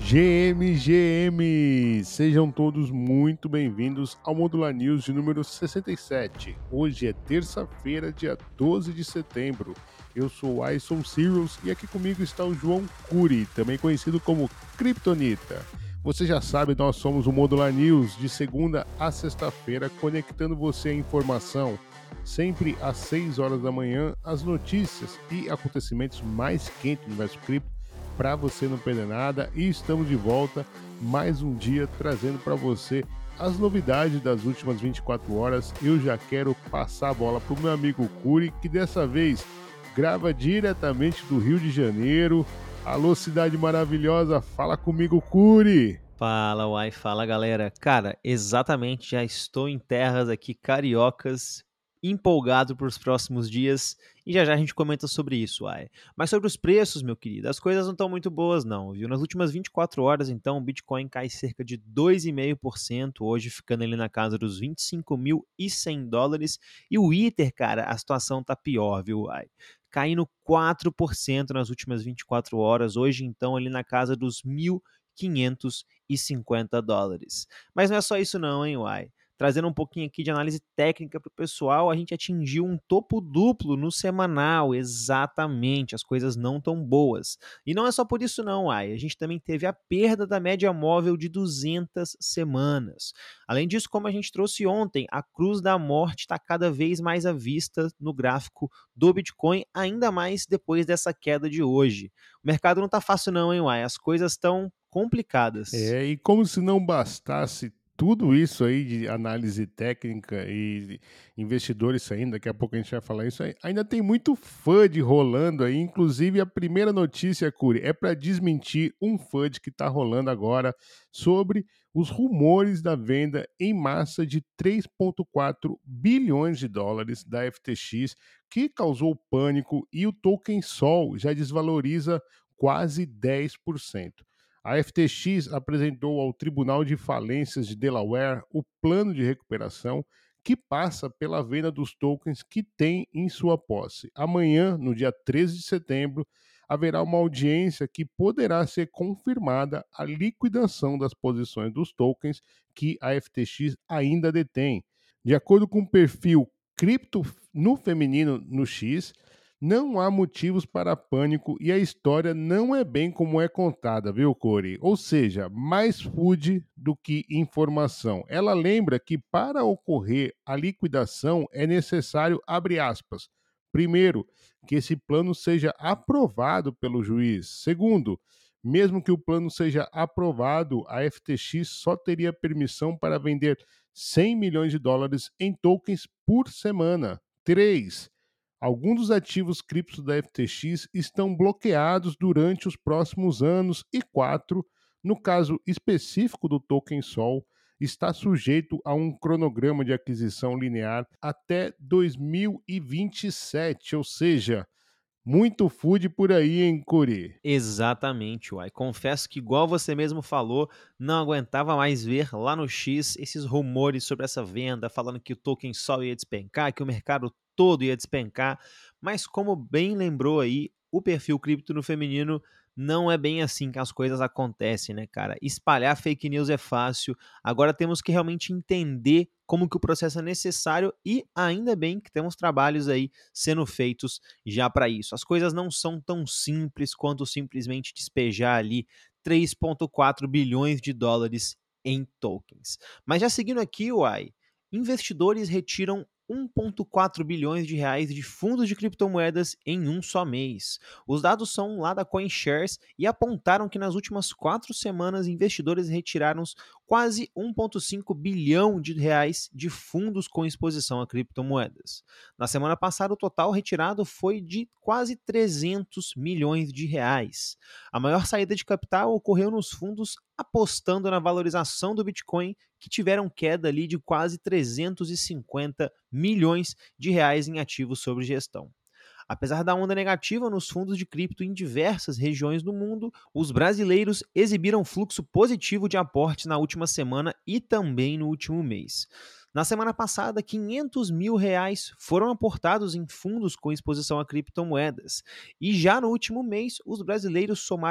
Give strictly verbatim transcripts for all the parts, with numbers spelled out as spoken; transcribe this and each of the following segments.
G M, G M! Sejam todos muito bem-vindos ao Modular News de número sessenta e sete. Hoje é terça-feira, dia doze de setembro. Eu sou o Aison Sirius e aqui comigo está o João Cury, também conhecido como Kryptonita. Você já sabe, nós somos o Modular News de segunda a sexta-feira, conectando você à informação. Sempre às seis horas da manhã, as notícias e acontecimentos mais quentes do universo cripto, para você não perder nada. E estamos de volta mais um dia trazendo para você as novidades das últimas vinte e quatro horas. Eu já quero passar a bola para o meu amigo Cury, que dessa vez grava diretamente do Rio de Janeiro. Alô, cidade maravilhosa, fala comigo, Cury! Fala, uai, fala galera. Cara, exatamente, já estou em terras aqui cariocas, empolgado para os próximos dias e já já a gente comenta sobre isso, uai. Mas sobre os preços, meu querido, as coisas não estão muito boas não, viu? Nas últimas vinte e quatro horas, então, o Bitcoin cai cerca de dois vírgula cinco por cento, hoje ficando ali na casa dos vinte e cinco mil e cem dólares, e o Ether, cara, a situação tá pior, viu, uai? Caindo quatro por cento nas últimas vinte e quatro horas, hoje então ali na casa dos mil quinhentos e cinquenta dólares. Mas não é só isso não, hein, uai. Trazendo um pouquinho aqui de análise técnica para o pessoal, a gente atingiu um topo duplo no semanal, exatamente, as coisas não tão boas. E não é só por isso não, uai, a gente também teve a perda da média móvel de duzentas semanas. Além disso, como a gente trouxe ontem, a cruz da morte está cada vez mais à vista no gráfico do Bitcoin, ainda mais depois dessa queda de hoje. O mercado não tá fácil não, hein, uai, as coisas estão complicadas. É, e como se não bastasse tudo isso aí de análise técnica e investidores saindo, daqui a pouco a gente vai falar isso aí, ainda tem muito F U D rolando aí, inclusive a primeira notícia, Cury, é para desmentir um F U D que está rolando agora sobre os rumores da venda em massa de três vírgula quatro bilhões de dólares da F T X, que causou pânico e o token Sol já desvaloriza quase dez por cento. A F T X apresentou ao Tribunal de Falências de Delaware o plano de recuperação que passa pela venda dos tokens que tem em sua posse. Amanhã, no dia treze de setembro, haverá uma audiência que poderá ser confirmada a liquidação das posições dos tokens que a F T X ainda detém. De acordo com o perfil Cripto no Feminino no X, não há motivos para pânico e a história não é bem como é contada, viu, Corey? Ou seja, mais F U D do que informação. Ela lembra que para ocorrer a liquidação é necessário, abre aspas, primeiro, que esse plano seja aprovado pelo juiz. Segundo, mesmo que o plano seja aprovado, a F T X só teria permissão para vender cem milhões de dólares em tokens por semana. Três, alguns dos ativos criptos da F T X estão bloqueados durante os próximos anos. E quatro, no caso específico do token Sol, está sujeito a um cronograma de aquisição linear até dois mil e vinte e sete, ou seja, muito F U D por aí, hein, Curi? Exatamente, uai. Confesso que, igual você mesmo falou, não aguentava mais ver lá no X esses rumores sobre essa venda, falando que o token Sol ia despencar, que o mercado todo ia despencar, mas como bem lembrou aí, o perfil cripto no feminino não é bem assim que as coisas acontecem, né, cara? Espalhar fake news é fácil, agora temos que realmente entender como que o processo é necessário e ainda bem que temos trabalhos aí sendo feitos já para isso. As coisas não são tão simples quanto simplesmente despejar ali três vírgula quatro bilhões de dólares em tokens. Mas já seguindo aqui, uai, investidores retiram um vírgula quatro bilhões de reais de fundos de criptomoedas em um só mês. Os dados são lá da CoinShares e apontaram que nas últimas quatro semanas investidores retiraram quase um vírgula cinco bilhão de reais de fundos com exposição a criptomoedas. Na semana passada, o total retirado foi de quase trezentos milhões de reais. A maior saída de capital ocorreu nos fundos apostando na valorização do Bitcoin, que tiveram queda ali de quase trezentos e cinquenta milhões de reais em ativos sob gestão. Apesar da onda negativa nos fundos de cripto em diversas regiões do mundo, os brasileiros exibiram fluxo positivo de aportes na última semana e também no último mês. Na semana passada, quinhentos mil reais foram aportados em fundos com exposição a criptomoedas. E já no último mês, os brasileiros somaram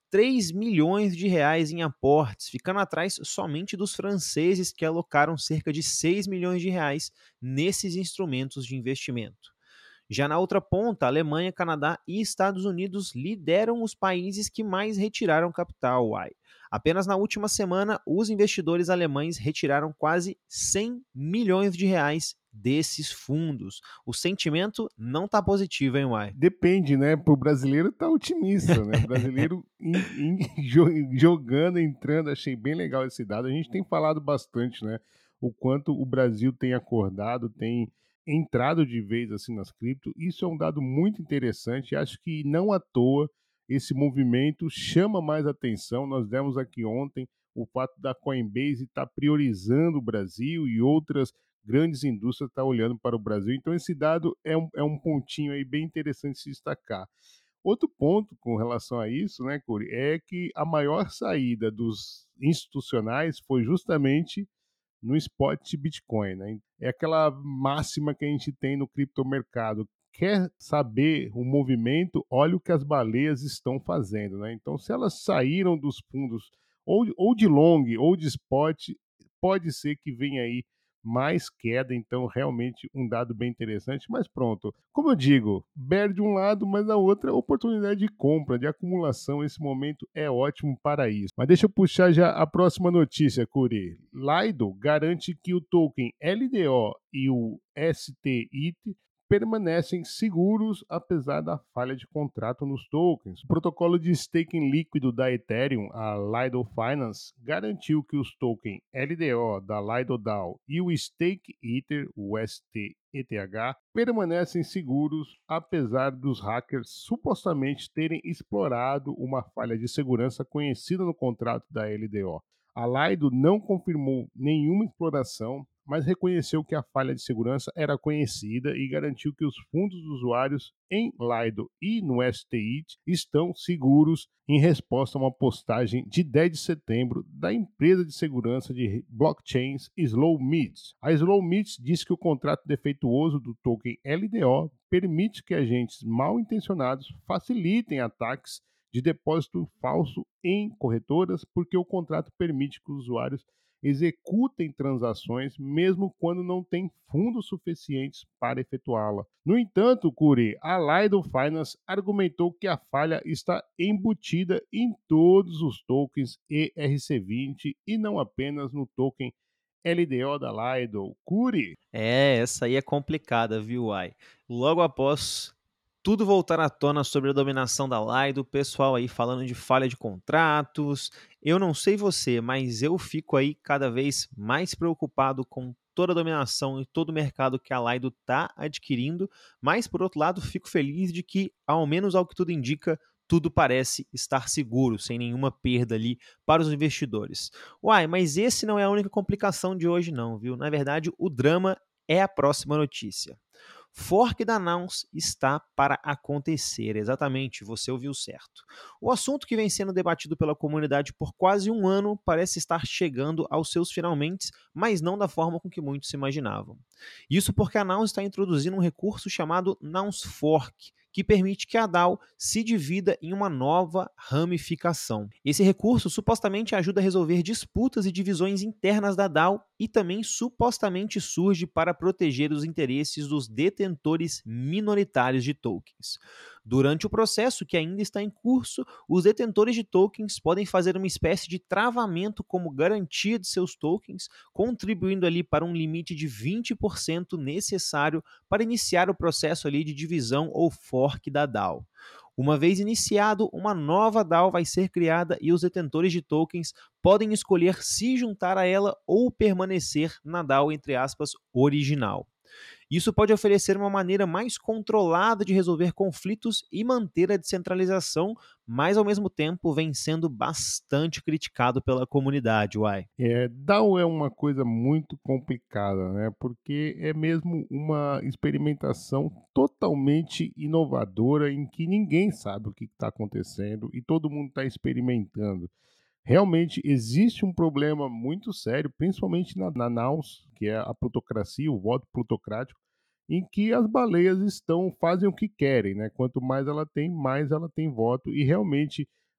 três milhões de reais em aportes, ficando atrás somente dos franceses que alocaram cerca de seis milhões de reais nesses instrumentos de investimento. Já na outra ponta, Alemanha, Canadá e Estados Unidos lideram os países que mais retiraram capital. Uai. Apenas na última semana, os investidores alemães retiraram quase cem milhões de reais desses fundos. O sentimento não está positivo, hein, Uai? Depende, né? Pro brasileiro tá otimista, né? O brasileiro em- em- jo- jogando, entrando, achei bem legal esse dado. A gente tem falado bastante, né? O quanto o Brasil tem acordado, tem entrado de vez assim nas cripto. Isso é um dado muito interessante. Acho que não à toa esse movimento chama mais atenção. Nós demos aqui ontem o fato da Coinbase estar priorizando o Brasil e outras grandes indústrias estão olhando para o Brasil. Então, esse dado é um, é um pontinho aí bem interessante de se destacar. Outro ponto com relação a isso, né, Curi, é que a maior saída dos institucionais foi justamente no spot Bitcoin, né? É aquela máxima que a gente tem no criptomercado. Quer saber o movimento? Olha o que as baleias estão fazendo, né? Então, se elas saíram dos fundos ou, ou de long ou de spot, pode ser que venha aí mais queda, então realmente um dado bem interessante, mas pronto. Como eu digo, bear de um lado, mas a outra é oportunidade de compra, de acumulação, esse momento é ótimo para isso. Mas deixa eu puxar já a próxima notícia, Curi. Lido garante que o token L D O e o S T I T permanecem seguros apesar da falha de contrato nos tokens. O protocolo de staking líquido da Ethereum, a Lido Finance, garantiu que os tokens L D O da Lido D A O e o Stake Ether, o S T E T H, permanecem seguros apesar dos hackers supostamente terem explorado uma falha de segurança conhecida no contrato da L D O. A Lido não confirmou nenhuma exploração, mas reconheceu que a falha de segurança era conhecida e garantiu que os fundos dos usuários em Lido e no S T I T estão seguros em resposta a uma postagem de dez de setembro da empresa de segurança de blockchains SlowMeets. A SlowMeets diz que o contrato defeituoso do token L D O permite que agentes mal intencionados facilitem ataques de depósito falso em corretoras, porque o contrato permite que os usuários executem transações mesmo quando não tem fundos suficientes para efetuá-la. No entanto, Curi, a Lido Finance argumentou que a falha está embutida em todos os tokens E R C vinte e não apenas no token L D O da Lido. Curi, É, essa aí é complicada, viu, Uai? Logo após tudo voltar à tona sobre a dominação da Lido, o pessoal aí falando de falha de contratos. Eu não sei você, mas eu fico aí cada vez mais preocupado com toda a dominação e todo o mercado que a Lido está adquirindo, mas por outro lado, fico feliz de que, ao menos ao que tudo indica, tudo parece estar seguro, sem nenhuma perda ali para os investidores. Uai, mas esse não é a única complicação de hoje não, viu? Na verdade, o drama é a próxima notícia. Fork da Nouns está para acontecer, exatamente, você ouviu certo. O assunto que vem sendo debatido pela comunidade por quase um ano parece estar chegando aos seus finalmente, mas não da forma com que muitos se imaginavam. Isso porque a Nouns está introduzindo um recurso chamado Nouns Fork, que permite que a D A O se divida em uma nova ramificação. Esse recurso supostamente ajuda a resolver disputas e divisões internas da D A O e também supostamente surge para proteger os interesses dos detentores minoritários de tokens. Durante o processo, que ainda está em curso, os detentores de tokens podem fazer uma espécie de travamento como garantia de seus tokens, contribuindo ali para um limite de vinte por cento necessário para iniciar o processo ali de divisão ou fork da D A O. Uma vez iniciado, uma nova D A O vai ser criada e os detentores de tokens podem escolher se juntar a ela ou permanecer na D A O, entre aspas, original. Isso pode oferecer uma maneira mais controlada de resolver conflitos e manter a descentralização, mas ao mesmo tempo vem sendo bastante criticado pela comunidade, uai. é, D A O é uma coisa muito complicada, né? Porque é mesmo uma experimentação totalmente inovadora em que ninguém sabe o que está acontecendo e todo mundo está experimentando. Realmente existe um problema muito sério, principalmente na, na Naus, que é a plutocracia, o voto plutocrático, em que as baleias estão fazem o que querem, né? Quanto mais ela tem, mais ela tem voto e realmente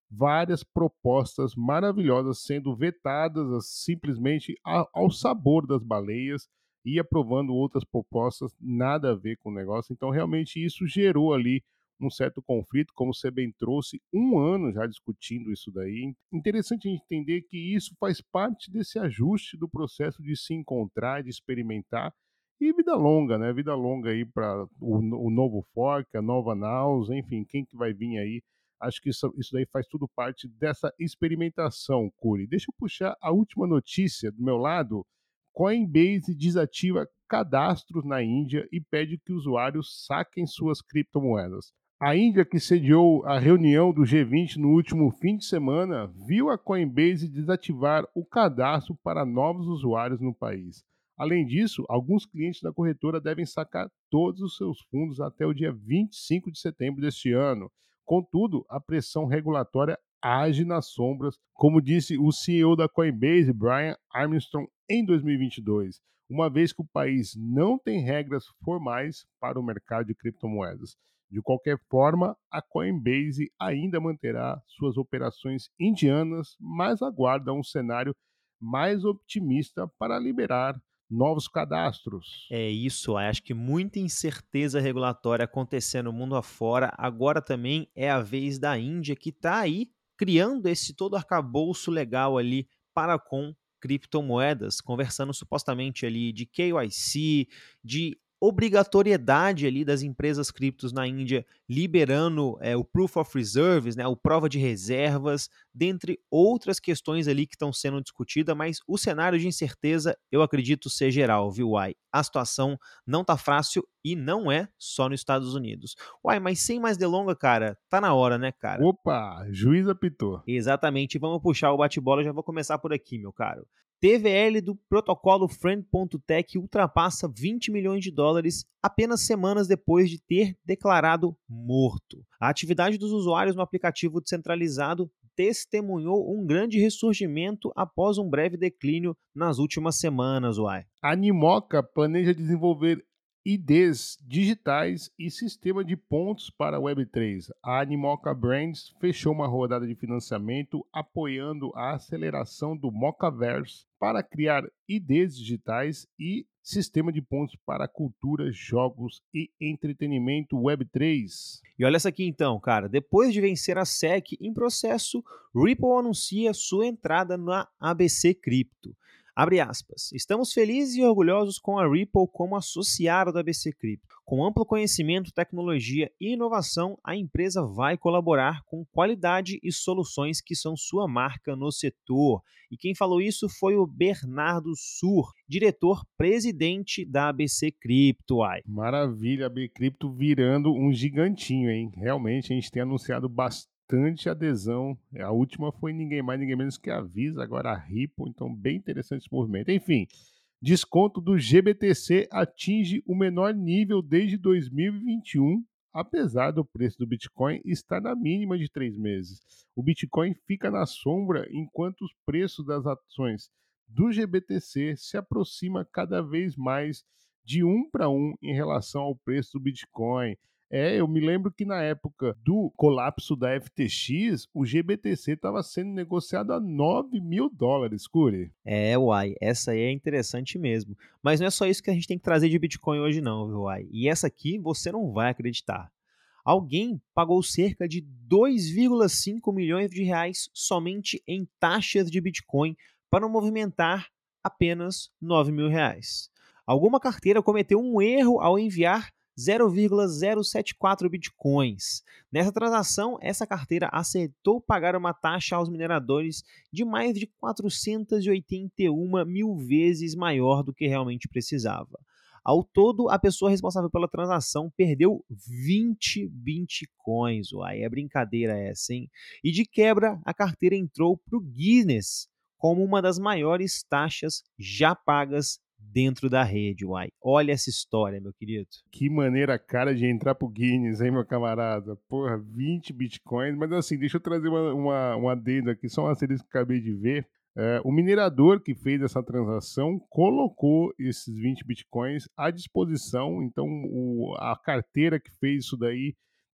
várias propostas maravilhosas sendo vetadas as- simplesmente a- ao sabor das baleias e aprovando outras propostas nada a ver com o negócio. Então, realmente, isso gerou ali um certo conflito, como você bem trouxe, um ano já discutindo isso daí. Interessante a gente entender que isso faz parte desse ajuste do processo de se encontrar, de experimentar e vida longa, né? Vida longa aí para o, o novo fork, a nova Naus, enfim, quem que vai vir aí. Acho que isso, isso daí faz tudo parte dessa experimentação, Curi. Deixa eu puxar a última notícia do meu lado. Coinbase desativa cadastros na Índia e pede que usuários saquem suas criptomoedas. A Índia, que sediou a reunião do G vinte no último fim de semana, viu a Coinbase desativar o cadastro para novos usuários no país. Além disso, alguns clientes da corretora devem sacar todos os seus fundos até o dia vinte e cinco de setembro deste ano. Contudo, a pressão regulatória age nas sombras, como disse o C E O da Coinbase, Brian Armstrong, em dois mil e vinte e dois, uma vez que o país não tem regras formais para o mercado de criptomoedas. De qualquer forma, a Coinbase ainda manterá suas operações indianas, mas aguarda um cenário mais otimista para liberar novos cadastros. É isso, acho que muita incerteza regulatória acontecendo no mundo afora. Agora também é a vez da Índia, que está aí criando esse todo arcabouço legal ali para com criptomoedas, conversando supostamente ali de K Y C, de obrigatoriedade ali das empresas criptos na Índia liberando é, o Proof of Reserves, né, o prova de reservas, dentre outras questões ali que estão sendo discutidas, mas o cenário de incerteza eu acredito ser geral, viu, Uai? A situação não tá fácil e não é só nos Estados Unidos. Uai, mas sem mais delonga, cara, tá na hora, né, cara? Opa, juiz apitou. Exatamente, vamos puxar o bate-bola, eu já vou começar por aqui, meu caro. T V L do protocolo Friend.tech ultrapassa vinte milhões de dólares apenas semanas depois de ter declarado morto. A atividade dos usuários no aplicativo descentralizado testemunhou um grande ressurgimento após um breve declínio nas últimas semanas, uai. A Animoca planeja desenvolver I Ds digitais e sistema de pontos para a web três. A Animoca Brands fechou uma rodada de financiamento apoiando a aceleração do Mocaverse para criar I Ds digitais e sistema de pontos para cultura, jogos e entretenimento web três. E olha essa aqui então, cara. Depois de vencer a S E C em processo, Ripple anuncia sua entrada na A B C Cripto. Abre aspas. Estamos felizes e orgulhosos com a Ripple como associada da A B C Cripto. Com amplo conhecimento, tecnologia e inovação, a empresa vai colaborar com qualidade e soluções que são sua marca no setor. E quem falou isso foi o Bernardo Sur, diretor-presidente da A B C Cripto. Ai. Maravilha, a Bcrypto virando um gigantinho, hein? Realmente a gente tem anunciado bastante adesão. A última foi ninguém mais, ninguém menos que a Visa, agora a Ripple, então bem interessante esse movimento. Enfim, desconto do G B T C atinge o menor nível desde dois mil e vinte e um, apesar do preço do Bitcoin estar na mínima de três meses. O Bitcoin fica na sombra enquanto os preços das ações do G B T C se aproxima cada vez mais de um para um em relação ao preço do Bitcoin. É, eu me lembro que na época do colapso da F T X, o G B T C estava sendo negociado a nove mil dólares, Curi. É, uai, essa aí é interessante mesmo. Mas não é só isso que a gente tem que trazer de Bitcoin hoje não, viu, uai? E essa aqui você não vai acreditar. Alguém pagou cerca de dois vírgula cinco milhões de reais somente em taxas de Bitcoin para movimentar apenas nove mil reais. Alguma carteira cometeu um erro ao enviar zero vírgula zero sete quatro bitcoins. Nessa transação, essa carteira aceitou pagar uma taxa aos mineradores de mais de quatrocentos e oitenta e uma mil vezes maior do que realmente precisava. Ao todo, a pessoa responsável pela transação perdeu vinte bitcoins. Uai, é brincadeira essa, hein? E de quebra, a carteira entrou para o Guinness como uma das maiores taxas já pagas dentro da rede. Uai, olha essa história, meu querido. Que maneira cara de entrar pro Guinness, hein, meu camarada? Porra, vinte bitcoins. Mas assim, deixa eu trazer uma, uma, um adendo aqui, só uma asterisco que eu acabei de ver. É, o minerador que fez essa transação colocou esses vinte bitcoins à disposição. Então, o, a carteira que fez isso daí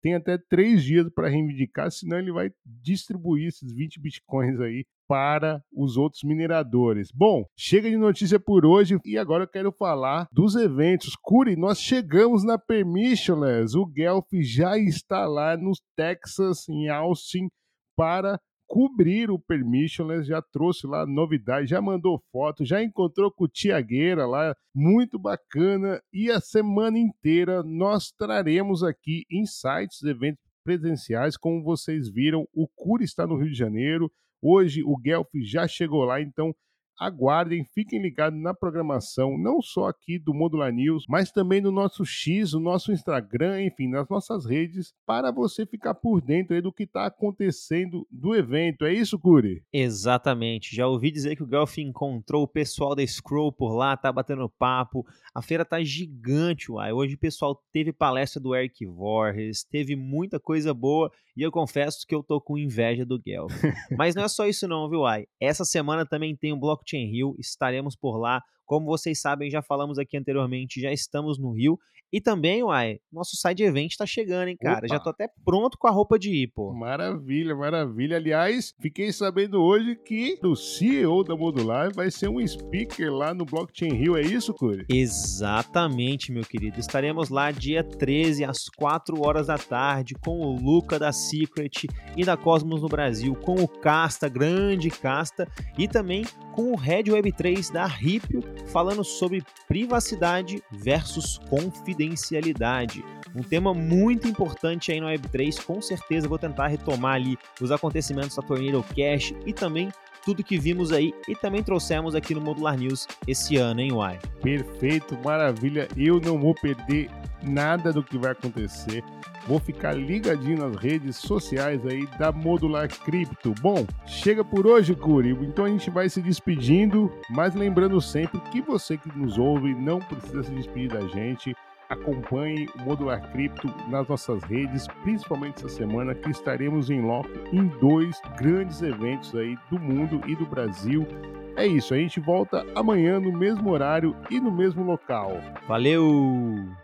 tem até três dias para reivindicar, senão ele vai distribuir esses vinte bitcoins aí para os outros mineradores. Bom, chega de notícia por hoje e agora eu quero falar dos eventos. Curi, nós chegamos na Permissionless. O Guelph já está lá no Texas, em Austin, para cobrir o Permissionless, já trouxe lá novidade, já mandou foto, já encontrou com o Tiagueira lá, muito bacana, e a semana inteira nós traremos aqui insights, eventos presenciais, como vocês viram, o Curi está no Rio de Janeiro, hoje o Guelph já chegou lá, então aguardem, fiquem ligados na programação, não só aqui do Modular News, mas também no nosso X, no nosso Instagram, enfim, nas nossas redes, para você ficar por dentro aí do que está acontecendo do evento. É isso, Curi? Exatamente. Já ouvi dizer que o Guelph encontrou o pessoal da Scroll por lá, tá batendo papo. A feira tá gigante, uai. Hoje o pessoal teve palestra do Eric Voorhees, teve muita coisa boa e eu confesso que eu tô com inveja do Guelph. Mas não é só isso não, viu, uai? Essa semana também tem o Blockchain Rio, estaremos por lá. Como vocês sabem, já falamos aqui anteriormente, já estamos no Rio. E também, uai, nosso side event tá chegando, hein, cara? Opa. Já tô até pronto com a roupa de ir, pô. Maravilha, maravilha. Aliás, fiquei sabendo hoje que o C E O da Modular vai ser um speaker lá no Blockchain Rio. É isso, Curi? Exatamente, meu querido. Estaremos lá dia treze, às quatro horas da tarde, com o Luca da Secret e da Cosmos no Brasil, com o Casta, grande Casta, e também com o Red Web três da Ripio, falando sobre privacidade versus confidencialidade. Um tema muito importante aí no Web três, com certeza vou tentar retomar ali os acontecimentos da Tornado Cash e também tudo que vimos aí e também trouxemos aqui no Modular News esse ano, hein, Uai? Perfeito, maravilha. Eu não vou perder nada do que vai acontecer. Vou ficar ligadinho nas redes sociais aí da Modular Cripto. Bom, chega por hoje, Curi. Então a gente vai se despedindo, mas lembrando sempre que você que nos ouve não precisa se despedir da gente. Acompanhe o Modular Cripto nas nossas redes, principalmente essa semana que estaremos em loco em dois grandes eventos aí do mundo e do Brasil. É isso, a gente volta amanhã no mesmo horário e no mesmo local. Valeu!